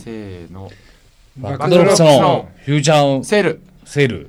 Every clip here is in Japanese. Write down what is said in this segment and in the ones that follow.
せーの。 バックドロップスのフューチャーセール。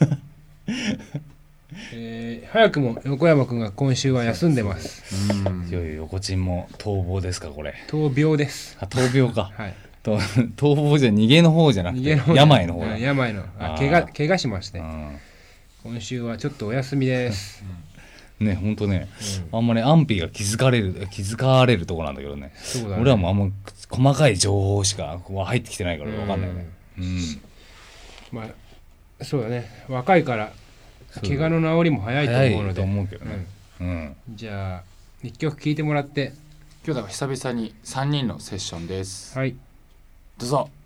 早くも横山くんが今週は休んでます。 いよいよ横チンも逃亡ですかこれ。 闘病です。 闘病か。 はい。 逃亡じゃ逃げの方じゃなくて病の方だ。 病の怪我しまして。今週はちょっとお休みです。 ね、ほんとね、あんまり安否が気づかれるとこなんだけどね。 そうだね。 俺はもうあんま細かい情報しか入ってきてないから分かんないね。 まあそうだね。若いから怪我の治りも早いと思うので。 早いと思うけどね。 じゃあ一曲聴いてもらって。 今日だから久々に3人のセッションです。 はい。 どうぞ。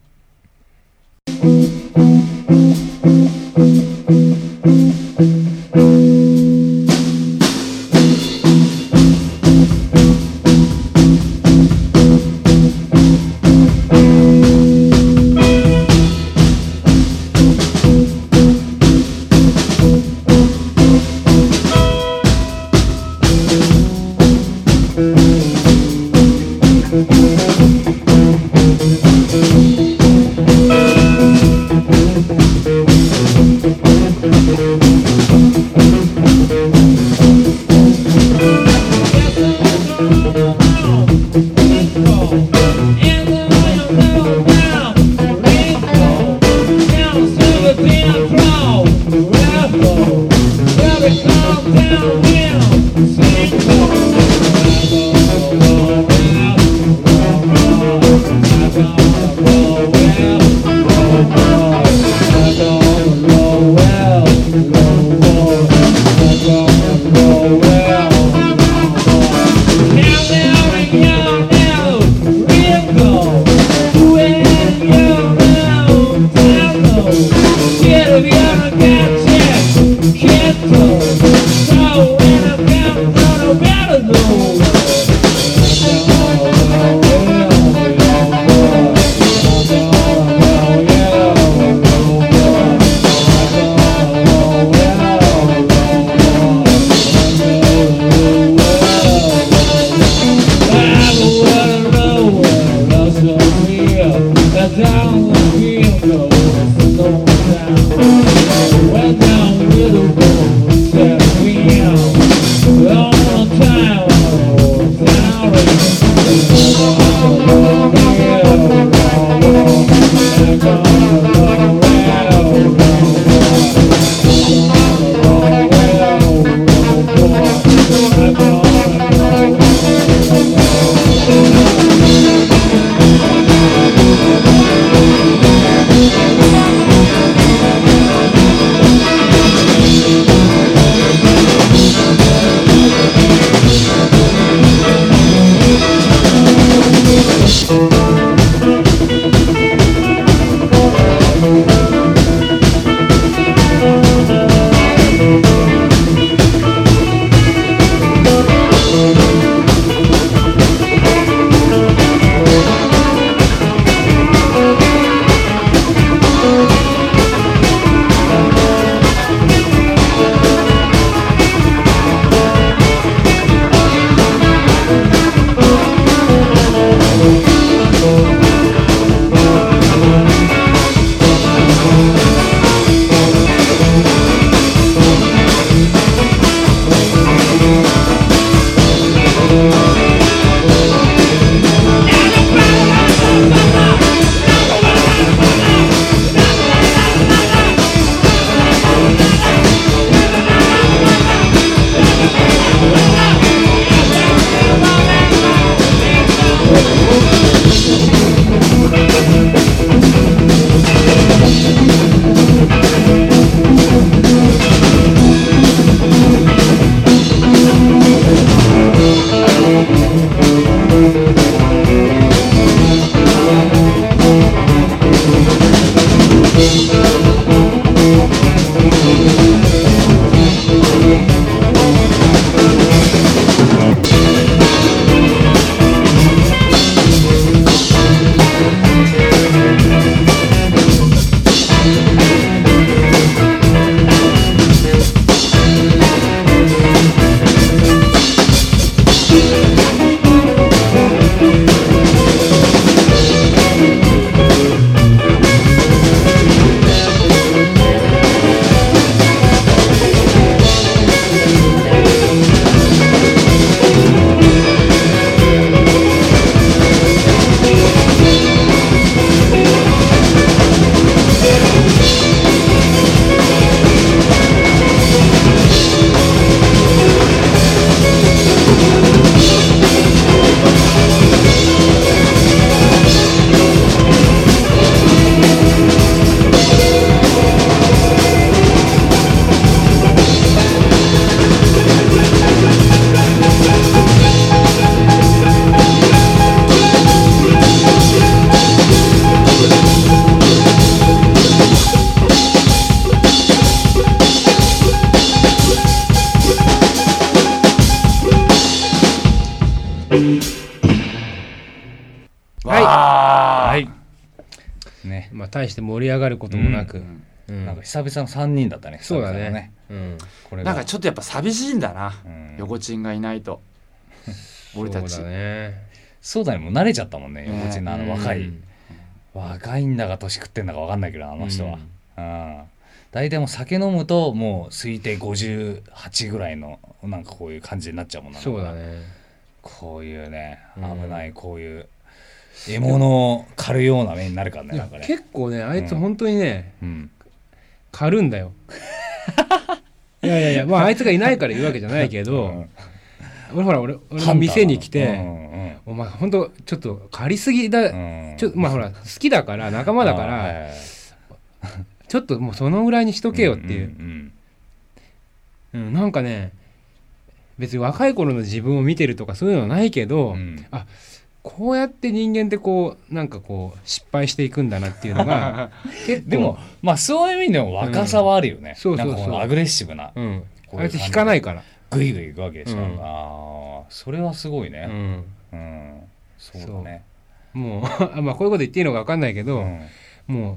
ね、 まあ大して盛り上がることもなく、 なんか久々の3人だったね。 そうだ久々のね、 これがなんかちょっとやっぱ寂しいんだな、 うん横チンがいないと俺たちそうだね。 そうだね、もう慣れちゃったもんね、横ちんの若い、 うん若いんだか年食ってんだか分かんないけどあの人は、大体もう酒飲むともう推定58ぐらいのなんかこういう感じになっちゃうもんな。 そうだね。 こういうね危ないこういう獲物を狩るような目になるからね。なんかね結構ねあいつ本当にね、 うん狩るんだよいやいやいや、まああいつがいないから言うわけじゃないけど、俺の店に来て、お前本当ちょっと狩りすぎだ、まあほら好きだから仲間だからちょっともうそのぐらいにしとけよっていう、なんかね別に若い頃の自分を見てるとかそういうのはないけど、あこうやって人間ってこうなんかこう失敗していくんだなっていうのが結構でもまあそういう意味でも若さはあるよね。 そうそうそうなんかこのアグレッシブな、 あいつ引かないからグイグイいくわけでしょ。ああそれはすごいね。そうだね。 もうまあこういうこと言っていいのか分かんないけど、も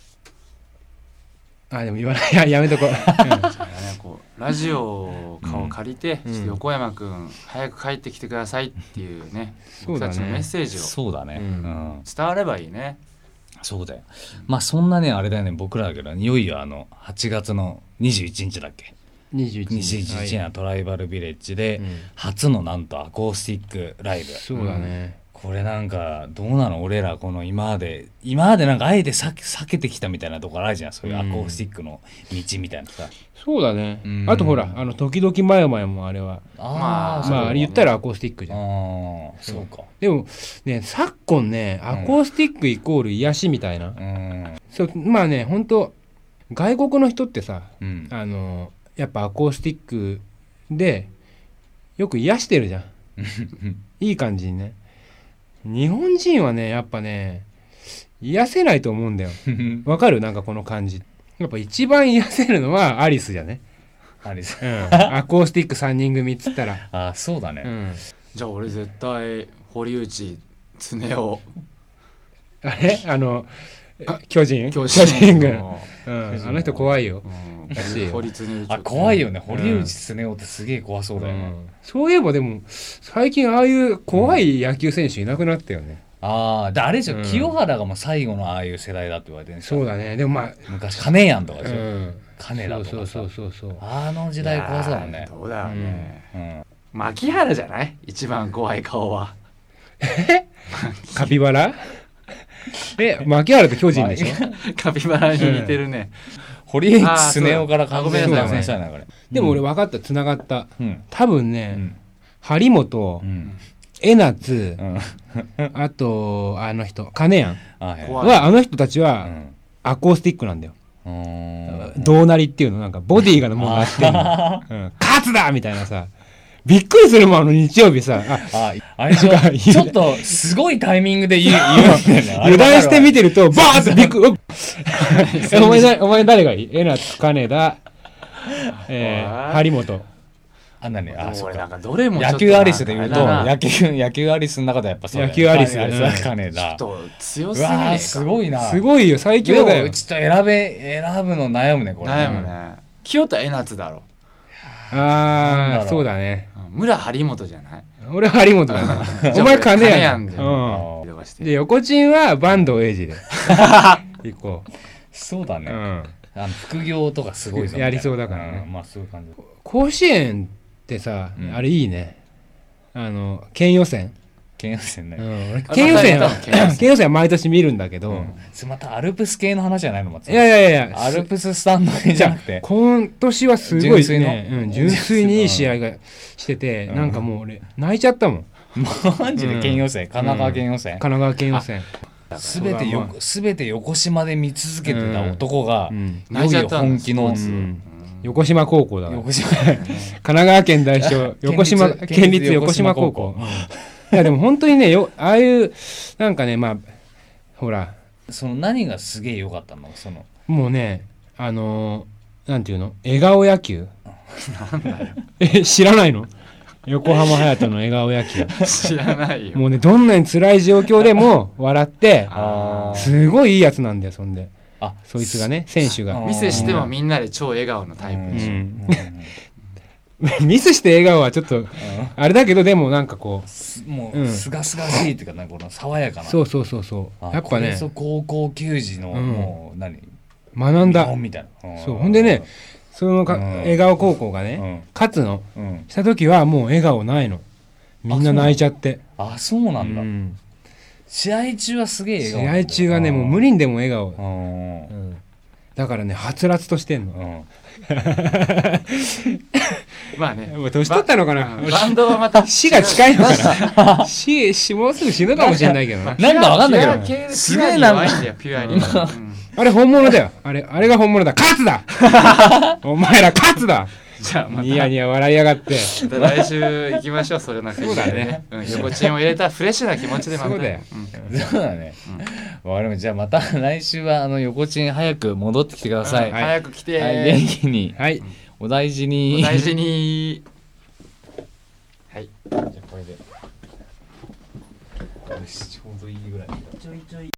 うでも言わないやめとこうこうラジオを借りて、ちょっと横山くん早く帰ってきてくださいっていうね、僕たちのメッセージをそうだね、 伝わればいいね。 そうだよ。まあそんなねあれだよね、僕らだけどいよいよ8月の21日だっけ、 21 日のトライバルビレッジで初のなんとアコースティックライブ。 そうだね、 これなんかどうなの、俺らこの今までなんかあえて避けてきたみたいなところあるじゃん、そういうアコースティックの道みたいなさ。 そうだね、あとほら時々前々もあれはまああれ言ったらアコースティックじゃん。 そうか。 でもね昨今ねアコースティックイコール癒しみたいな、そうまあね本当外国の人ってさ、やっぱアコースティックでよく癒してるじゃんいい感じにね。日本人はねやっぱね癒せないと思うんだよわかる、なんかこの感じ。やっぱ一番癒せるのはアリスじゃね。 アリス、 アコースティック3人組っつったらあそうだね、 じゃあ俺絶対堀内恒夫あれ巨人軍、あの人怖いよ、 怖いよね。堀内恒夫ってすげえ怖そうだよね、 そういえばでも最近ああいう怖い野球選手いなくなったよね。 あれでしょ、清原がもう最後のああいう世代だって言われてるんですよ。 そうだね。でもまあ昔金谷とかでしょ、金田とかさ、 そうあの時代怖そうだもんね。 どうだろうね、牧原じゃない一番怖い顔はカピバラ牧原って巨人でしょカピバラに似てるね、 堀内恒夫から完全に脱線したね。 でも俺分かった、つながった、多分ね、張本、江夏、あとあの人金谷はあの人たちはアコースティックなんだよ。胴なりっていうの、なんかボディがもうなってんの勝つだみたいなさ、びっくりするもん日曜日さ、 あれちょっとすごいタイミングで言うんだよね油断して見てるとバーッてびっくりお前誰がいい？江夏、金田、張本。 俺なんかどれも野球アリスで言うと野球アリスの中でやっぱそうだよ。 野球アリス金田ちょっと強すぎねえか。 すごいな。 すごいよ、最強だよ。 ちょっと選ぶの悩むねこれ。 悩むね。清田江夏だろ。 そうだね。 村張本じゃない？ 俺張本だね。お前金谷で、横チンは坂東英二で行こう。 そうだね。副業とかすごいやりそうだからね。 まあそういう感じ。 甲子園ってさ、あれいいね。県予選県予選ね。 県予選は毎年見るんだけど、 またアルプス系の話じゃないの？ いやアルプススタンドじゃなくて、 今年はすごいね、純粋にいい試合がしてて、なんかもう俺泣いちゃったもん。 マジで県予選、神奈川県予選、 神奈川県予選全て横島で見続けてた男がいよいよ本気の横島高校だから、神奈川県代表県立横島高校。いやでも本当にね、ああいうなんかね、まあほらその何がすげえ良かったの？ もうね、なんていうの、笑顔野球知らないの？ 横浜隼人の笑顔野球知らないよ。 もうねどんなに辛い状況でも笑ってあーすごいいいやつなんだよ。そんであそいつがね選手がミスしてもみんなで超笑顔のタイプでしょ。 うんミスして笑顔はちょっとあれだけどでもなんかこもうんうすがすがしいっていうかなんかこの爽やかなうそうそうそうそうやっぱこれねぞ高校球児のうんもう何学んだ見本みたいなそうほんでねそのうん笑顔高校がね勝つのうんした時はもう笑顔ないの。みんな泣いちゃってあそうなんだうん試合中はすげえ笑試顔なんだよ合中はねもう無理にでも笑顔うんうんだからねはつらつとしてんの。 うんまあね。 もう年取ったのかなバンドはまた死が近いのかな死もうすぐ死ぬかもしれないけどななんかわかんないけどピュアすげえなんか弱いんだよピュアに。うんあれ本物だよあれが本物だ勝つだお前ら勝つだじゃあまたニヤニヤ笑いやがってまた来週行きましょう。それなくそうだね。 横チンを入れたフレッシュな気持ちでまた。 そうだよそうだねわかりましたじゃあまた来週は横チン早く戻ってきてくださいはい早く来て。 はい元気にはいお大事にお大事に。はい。 じゃあこれでよしちょうどいいぐらい